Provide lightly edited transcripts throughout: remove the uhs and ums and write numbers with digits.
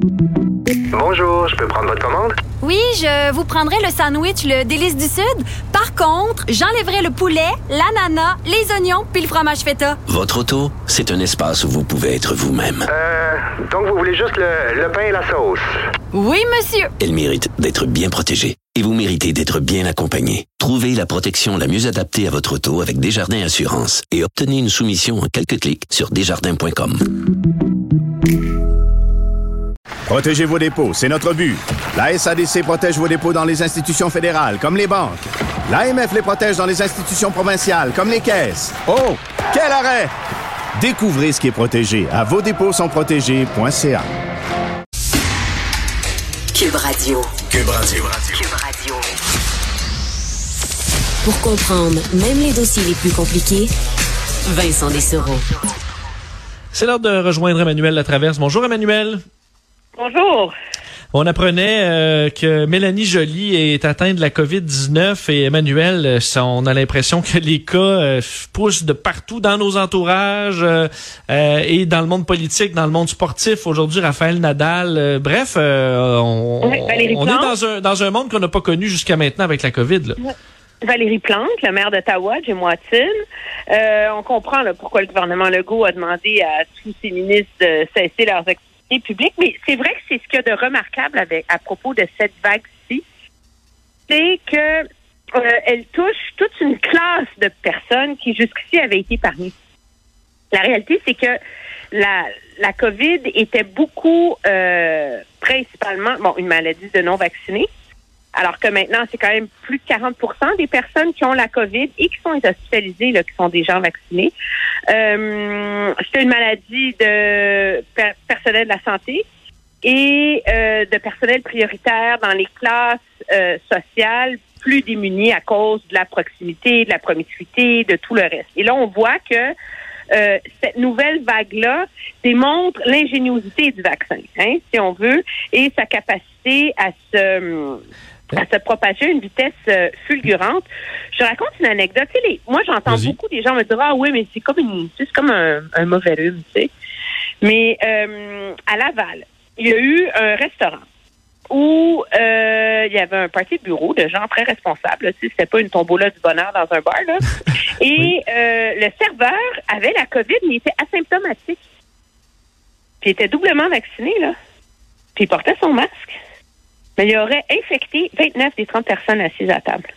Bonjour, je peux prendre votre commande? Oui, je vous prendrai le sandwich, le délice du Sud. Par contre, j'enlèverai le poulet, l'ananas, les oignons puis le fromage feta. Votre auto, c'est un espace où vous pouvez être vous-même. Donc vous voulez juste le pain et la sauce? Oui, monsieur. Elle mérite d'être bien protégée. Et vous méritez d'être bien accompagné. Trouvez la protection la mieux adaptée à votre auto avec Desjardins Assurance et obtenez une soumission en quelques clics sur desjardins.com. Protégez vos dépôts, c'est notre but. La SADC protège vos dépôts dans les institutions fédérales, comme les banques. L'AMF les protège dans les institutions provinciales, comme les caisses. Oh, quel arrêt! Découvrez ce qui est protégé à vosdépôtssontprotégés.ca. Cube Radio. Cube Radio. Cube Radio. Pour comprendre même les dossiers les plus compliqués, Vincent Dessereau. C'est l'heure de rejoindre Emmanuel Latraverse. Bonjour Emmanuel. Bonjour. On apprenait que Mélanie Joly est atteinte de la COVID-19 et Emmanuel, on a l'impression que les cas poussent de partout dans nos entourages et dans le monde politique, dans le monde sportif. Aujourd'hui, Raphaël Nadal. Bref, on est dans un monde qu'on n'a pas connu jusqu'à maintenant avec la COVID. Là. Valérie Plante, le maire d'Ottawa, Jim Watson. On comprend là, pourquoi le gouvernement Legault a demandé à tous ses ministres de cesser leurs activités publiques, mais c'est vrai que c'est ce qu'il y a de remarquable à propos de cette vague-ci, c'est que elle touche toute une classe de personnes qui jusqu'ici avaient été épargnées. La réalité, c'est que la COVID était beaucoup principalement une maladie de non-vaccinés, alors que maintenant, c'est quand même plus de 40% des personnes qui ont la COVID et qui sont hospitalisées, là, qui sont des gens vaccinés. C'est une maladie de personnel de la santé et de personnel prioritaire dans les classes sociales plus démunies à cause de la proximité, de la promiscuité, de tout le reste. Et là, on voit que cette nouvelle vague-là démontre l'ingéniosité du vaccin, si on veut, et sa capacité à se propager à une vitesse fulgurante. Je raconte une anecdote. Moi, j'entends beaucoup des gens me dire « Ah oui, mais c'est comme un mauvais rhume, tu sais. » Mais à Laval, il y a eu un restaurant où il y avait un party de bureau de gens très responsables. Là, c'était pas une tombola du bonheur dans un bar. Là. Et le serveur avait la COVID, mais il était asymptomatique. Puis il était doublement vacciné, là. Puis il portait son masque. Mais il aurait infecté 29 des 30 personnes assises à table.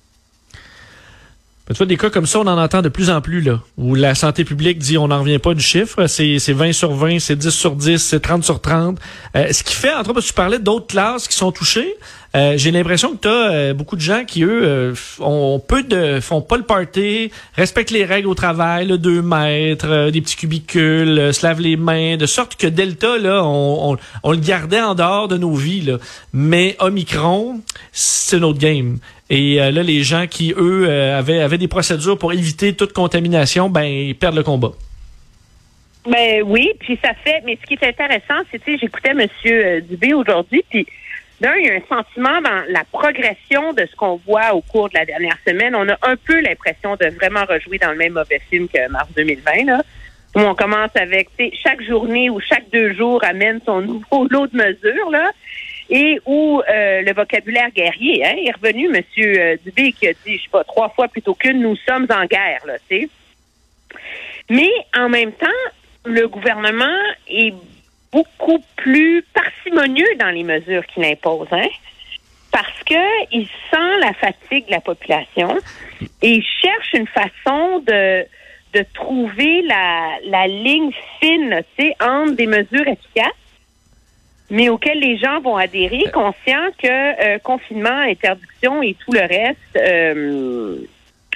Tu vois, des cas comme ça, on en entend de plus en plus, là, où la santé publique dit on n'en revient pas du chiffre, c'est 20 sur 20, c'est 10 sur 10, c'est 30 sur 30. Ce qui fait, entre autres, parce que tu parlais d'autres classes qui sont touchées, j'ai l'impression que tu as beaucoup de gens qui, eux, font pas le party, respectent les règles au travail, là, 2 mètres, des petits cubicules, se lavent les mains, de sorte que Delta, là, on le gardait en dehors de nos vies, là. Mais Omicron, c'est notre game. Et là, les gens qui, eux, avaient des procédures pour éviter toute contamination, ils perdent le combat. Ben oui, puis ça fait... Mais ce qui est intéressant, c'est, j'écoutais M. Dubé aujourd'hui, puis d'un, il y a un sentiment dans la progression de ce qu'on voit au cours de la dernière semaine. On a un peu l'impression de vraiment rejouer dans le même mauvais film que mars 2020, là, où on commence avec, chaque journée ou chaque 2 jours amène son nouveau lot de mesures, là. Et où le vocabulaire guerrier est revenu, M. Dubé, qui a dit, 3 fois plutôt qu'une, nous sommes en guerre, là, tu sais. Mais en même temps, le gouvernement est beaucoup plus parcimonieux dans les mesures qu'il impose, parce que il sent la fatigue de la population et il cherche une façon de trouver la ligne fine, tu sais, entre des mesures efficaces mais auxquels les gens vont adhérer, conscients que confinement, interdiction et tout le reste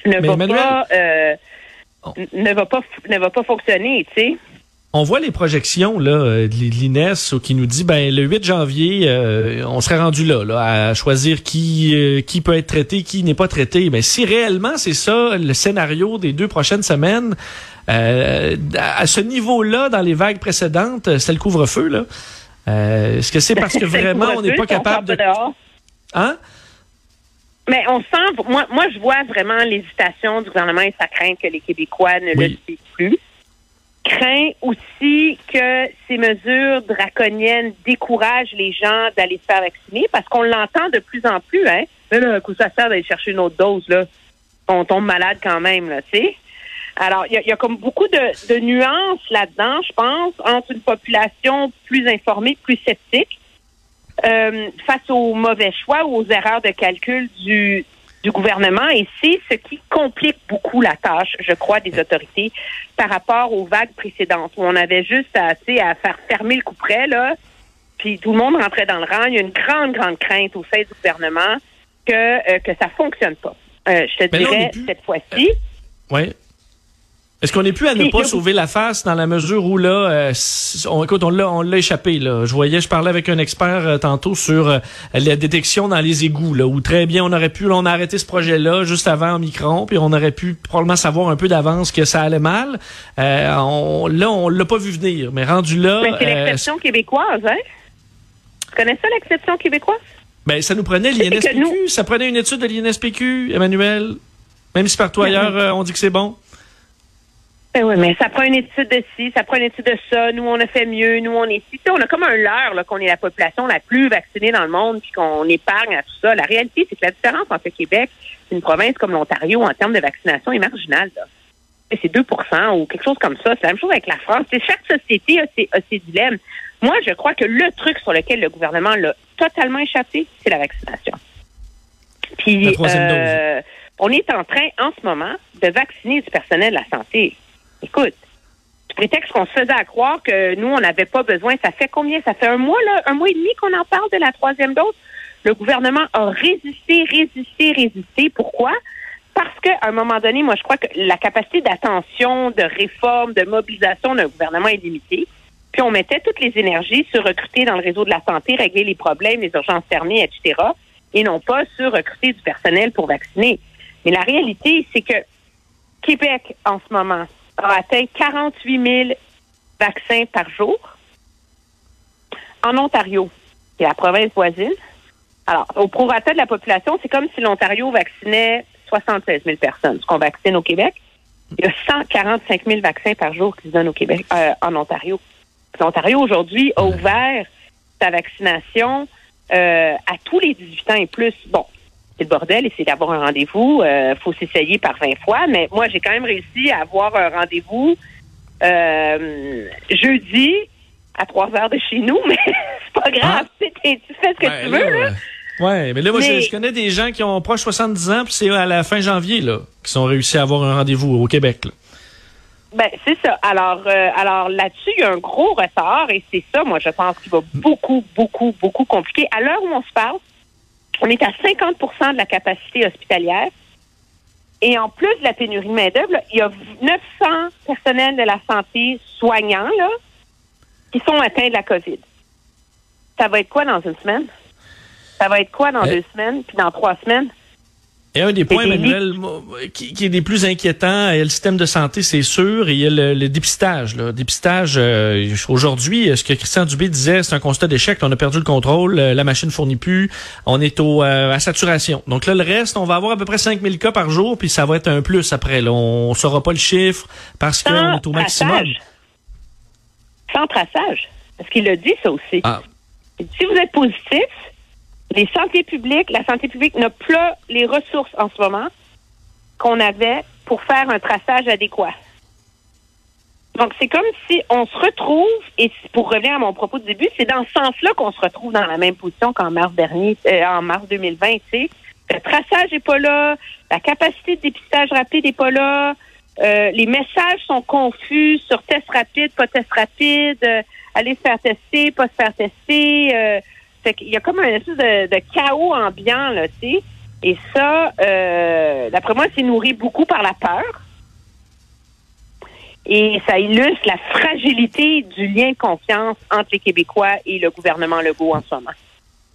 ne va pas fonctionner, tu sais. On voit les projections là de l'INES qui nous dit le 8 janvier on serait rendu là à choisir qui peut être traité, qui n'est pas traité. Mais si réellement c'est ça le scénario des 2 prochaines semaines, à ce niveau-là dans les vagues précédentes, c'est le couvre-feu là. Est-ce que c'est parce que vraiment on n'est pas capable de... Hein? Mais on sent, moi je vois vraiment l'hésitation du gouvernement et sa crainte que les Québécois ne le suivent plus. craint aussi que ces mesures draconiennes découragent les gens d'aller se faire vacciner, parce qu'on l'entend de plus en plus, hein. Mais là, ça sert d'aller chercher une autre dose, là. On tombe malade quand même, là, tu sais. Alors, il y a comme beaucoup de nuances là-dedans, je pense, entre une population plus informée, plus sceptique, face aux mauvais choix ou aux erreurs de calcul du gouvernement. Et c'est ce qui complique beaucoup la tâche, je crois, des autorités par rapport aux vagues précédentes, où on avait juste à faire fermer le couperet, là, puis tout le monde rentrait dans le rang. Il y a une grande, grande crainte au sein du gouvernement que ça fonctionne pas. Je te dirais, cette fois-ci... Oui. Est-ce qu'on n'est plus à ne pas sauver la face dans la mesure où là, on l'a échappé là. Je parlais avec un expert tantôt sur la détection dans les égouts là, où très bien on a arrêté ce projet-là juste avant Omicron, puis on aurait pu probablement savoir un peu d'avance que ça allait mal. On l'a pas vu venir, mais rendu là. Mais c'est l'exception québécoise, hein? Tu connais ça, l'exception québécoise? Ben ça nous prenait l'INSPQ, ça prenait une étude de l'INSPQ, Emmanuel. Même si partout ailleurs on dit que c'est bon. Ben oui, mais ça prend une étude de ci, ça prend une étude de ça. Nous, on a fait mieux. Nous, on est ici. On a comme un leurre là, qu'on est la population la plus vaccinée dans le monde, puis qu'on épargne à tout ça. La réalité, c'est que la différence entre le Québec et une province comme l'Ontario en termes de vaccination est marginale. Là. C'est 2% ou quelque chose comme ça. C'est la même chose avec la France. Chaque société a ses dilemmes. Moi, je crois que le truc sur lequel le gouvernement l'a totalement échappé, c'est la vaccination. Puis, la troisième dose. On est en train, en ce moment, de vacciner du personnel de la santé. Écoute, du prétexte qu'on se faisait à croire que nous, on n'avait pas besoin. Ça fait combien? Ça fait un mois et demi qu'on en parle de la troisième dose. Le gouvernement a résisté. Pourquoi? Parce qu'à un moment donné, moi, je crois que la capacité d'attention, de réforme, de mobilisation d'un gouvernement est limitée. Puis on mettait toutes les énergies sur recruter dans le réseau de la santé, régler les problèmes, les urgences fermées, etc., et non pas sur recruter du personnel pour vacciner. Mais la réalité, c'est que Québec, en ce moment, a atteint 48 000 vaccins par jour. En Ontario, qui est la province voisine, alors, au prorata de la population, c'est comme si l'Ontario vaccinait 76 000 personnes, ce qu'on vaccine au Québec. Il y a 145 000 vaccins par jour qui se donnent au Québec, en Ontario. L'Ontario, aujourd'hui, a ouvert sa vaccination à tous les 18 ans et plus. Bon, c'est le bordel, essayer d'avoir un rendez-vous. Faut s'essayer par 20 fois, mais moi, j'ai quand même réussi à avoir un rendez-vous jeudi à 3 heures de chez nous, mais c'est pas grave. Tu fais ce que tu veux, là. Ouais, mais là, moi, je connais des gens qui ont proche 70 ans, puis c'est à la fin janvier, là, qui sont réussi à avoir un rendez-vous au Québec, là. Ben, c'est ça. Alors là-dessus, il y a un gros retard, et c'est ça, moi, je pense, qui va beaucoup compliquer. À l'heure où on se parle, on est à 50% de la capacité hospitalière. Et en plus de la pénurie de main-d'œuvre, il y a 900 personnels de la santé soignants, là, qui sont atteints de la COVID. Ça va être quoi dans une semaine? Ça va être quoi dans 2 semaines, puis dans 3 semaines? Et un des points, Emmanuel, qui est des plus inquiétants, il y a le système de santé, c'est sûr, et il y a le dépistage. Le dépistage, aujourd'hui, ce que Christian Dubé disait, c'est un constat d'échec. On a perdu le contrôle, la machine fournit plus, on est à saturation. Donc là, le reste, on va avoir à peu près 5000 cas par jour, puis ça va être un plus après. Là, on saura pas le chiffre parce qu'on est au maximum. Sans traçage. Parce qu'il a dit ça aussi. Ah. Si vous êtes positif, la santé publique n'a pas les ressources en ce moment qu'on avait pour faire un traçage adéquat. Donc, c'est comme si on se retrouve, et pour revenir à mon propos de début, c'est dans ce sens-là qu'on se retrouve dans la même position qu'en mars 2020, tu sais. Le traçage n'est pas là, la capacité de dépistage rapide n'est pas là, les messages sont confus sur test rapide, pas test rapide, aller se faire tester, pas se faire tester, il y a comme un espèce de chaos ambiant, là, tu sais. Et ça, d'après moi, c'est nourri beaucoup par la peur. Et ça illustre la fragilité du lien de confiance entre les Québécois et le gouvernement Legault en ce moment.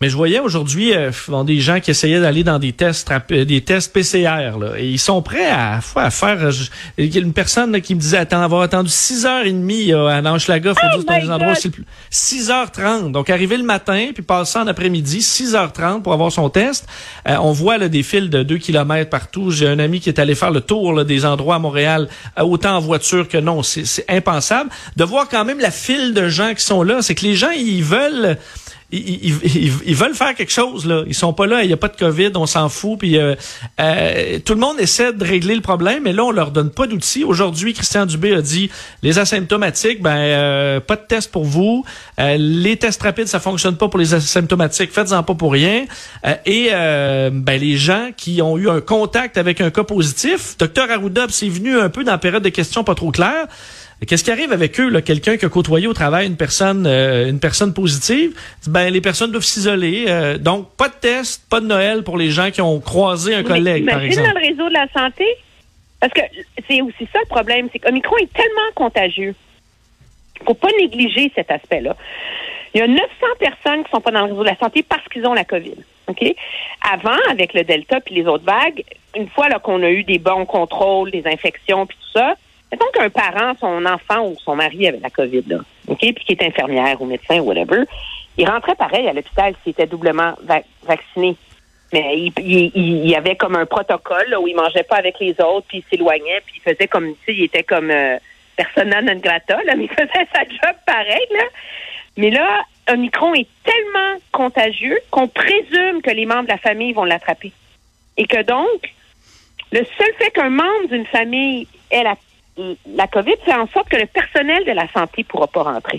Mais je voyais aujourd'hui des gens qui essayaient d'aller dans des tests PCR, là, et ils sont prêts à faire. Il y a une personne là, qui me disait avoir attendu 6h30 à Hochelaga, faut dire, dans les endroits où c'est le plus. 6h30, donc arriver le matin puis passer en après-midi, 6h30 pour avoir son test. On voit là, des files de 2 km partout. J'ai un ami qui est allé faire le tour là, des endroits à Montréal, autant en voiture que non. C'est impensable de voir quand même la file de gens qui sont là. C'est que les gens ils veulent faire quelque chose là. Ils sont pas là, il y a pas de COVID, on s'en fout. Puis tout le monde essaie de régler le problème, mais là on leur donne pas d'outils. Aujourd'hui, Christian Dubé a dit les asymptomatiques, pas de test pour vous. Les tests rapides, ça fonctionne pas pour les asymptomatiques. Faites-en pas pour rien. Les gens qui ont eu un contact avec un cas positif, Dr Arruda, c'est venu un peu dans la période de questions pas trop claires. Qu'est-ce qui arrive avec eux, là, quelqu'un qui a côtoyé au travail une personne positive? Les personnes doivent s'isoler. Donc, pas de test, pas de Noël pour les gens qui ont croisé un collègue, par exemple. Imagine dans le réseau de la santé, parce que c'est aussi ça le problème, c'est qu'Omicron est tellement contagieux. Il faut pas négliger cet aspect-là. Il y a 900 personnes qui sont pas dans le réseau de la santé parce qu'ils ont la COVID. OK? Avant, avec le Delta puis les autres vagues, une fois là qu'on a eu des bons contrôles, des infections puis tout ça, mettons qu'un parent, son enfant ou son mari avait la COVID, là, OK, puis qui est infirmière ou médecin ou whatever, il rentrait pareil à l'hôpital s'il était doublement vacciné. Mais il y avait comme un protocole là, où il mangeait pas avec les autres, puis il s'éloignait, puis il faisait comme, tu sais, il était comme persona non grata, là, mais il faisait sa job pareil, là. Mais là, Omicron est tellement contagieux qu'on présume que les membres de la famille vont l'attraper. Et que donc, le seul fait qu'un membre d'une famille ait la COVID fait en sorte que le personnel de la santé ne pourra pas rentrer.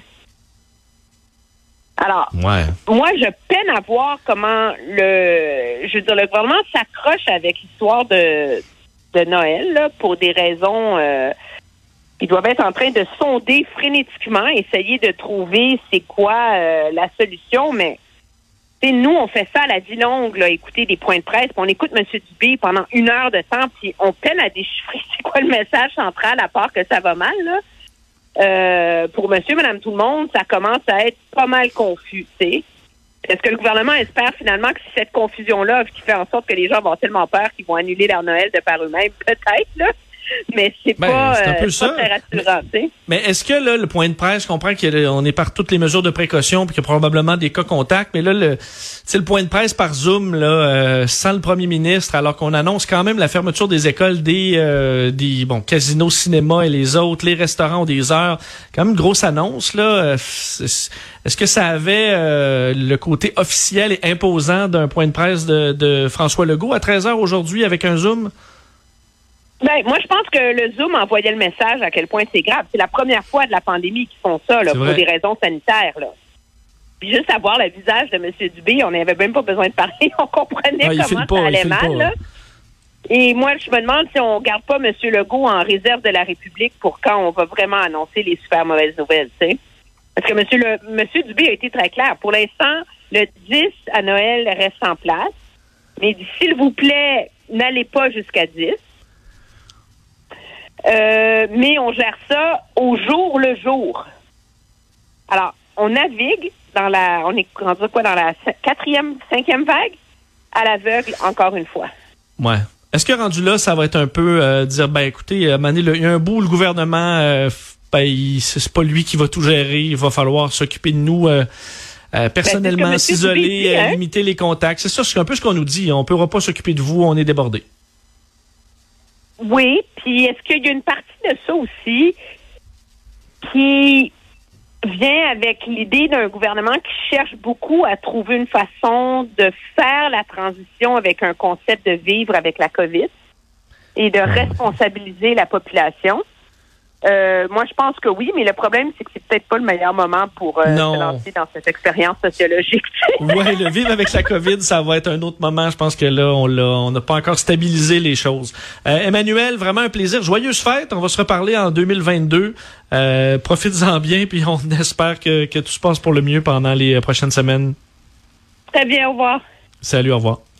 Alors, moi, je peine à voir comment le gouvernement s'accroche avec l'histoire de Noël, là, pour des raisons... ils doivent être en train de sonder frénétiquement, essayer de trouver c'est quoi la solution, mais nous, on fait ça à la vie longue, là, écouter des points de presse, puis on écoute M. Dubé pendant 1 heure de temps, puis on peine à déchiffrer c'est quoi le message central, à part que ça va mal, là. Pour monsieur, madame, tout le monde, ça commence à être pas mal confus, tu sais. Est-ce que le gouvernement espère finalement que c'est cette confusion-là qui fait en sorte que les gens vont avoir tellement peur qu'ils vont annuler leur Noël de par eux-mêmes? Peut-être, là. Mais c'est pas très rassurant, tu sais. Mais est-ce que là, le point de presse, je comprends qu'on est par toutes les mesures de précaution puis qu'il y a probablement des cas contacts, mais là, le point de presse par Zoom, là, sans le premier ministre, alors qu'on annonce quand même la fermeture des écoles, des casinos, cinéma et les autres, les restaurants ont des heures, quand même une grosse annonce, là. Est-ce que ça avait le côté officiel et imposant d'un point de presse de François Legault à 13h aujourd'hui avec un Zoom? Moi, je pense que le Zoom envoyait le message à quel point c'est grave. C'est la première fois de la pandémie qu'ils font ça, là, pour des raisons sanitaires, là. Puis juste à voir le visage de M. Dubé, on n'avait même pas besoin de parler. On comprenait comment ça allait mal, là. Et moi, je me demande si on garde pas M. Legault en réserve de la République pour quand on va vraiment annoncer les super mauvaises nouvelles, tu sais. Parce que M. Dubé a été très clair. Pour l'instant, le 10 à Noël reste en place. Mais dit, s'il vous plaît, n'allez pas jusqu'à 10. Mais on gère ça au jour le jour. Alors, on navigue on est rendu quoi, dans la 4e, 5e vague, à l'aveugle, encore une fois. Ouais. Est-ce que rendu là, ça va être un peu dire, écoutez, Mané, il y a un bout, le gouvernement, c'est pas lui qui va tout gérer, il va falloir s'occuper de nous personnellement, s'isoler, limiter les contacts. C'est ça, c'est un peu ce qu'on nous dit. On ne pourra pas s'occuper de vous, on est débordés. Oui, puis est-ce qu'il y a une partie de ça aussi qui vient avec l'idée d'un gouvernement qui cherche beaucoup à trouver une façon de faire la transition avec un concept de vivre avec la COVID et de responsabiliser la population? Moi, je pense que oui, mais le problème, c'est que c'est peut-être pas le meilleur moment pour se lancer dans cette expérience sociologique. Oui, le vivre avec la COVID, ça va être un autre moment. Je pense que là, on n'a pas encore stabilisé les choses. Emmanuel, vraiment un plaisir. Joyeuse fête. On va se reparler en 2022. Profites-en bien, puis on espère que tout se passe pour le mieux pendant les prochaines semaines. Très bien, au revoir. Salut, au revoir.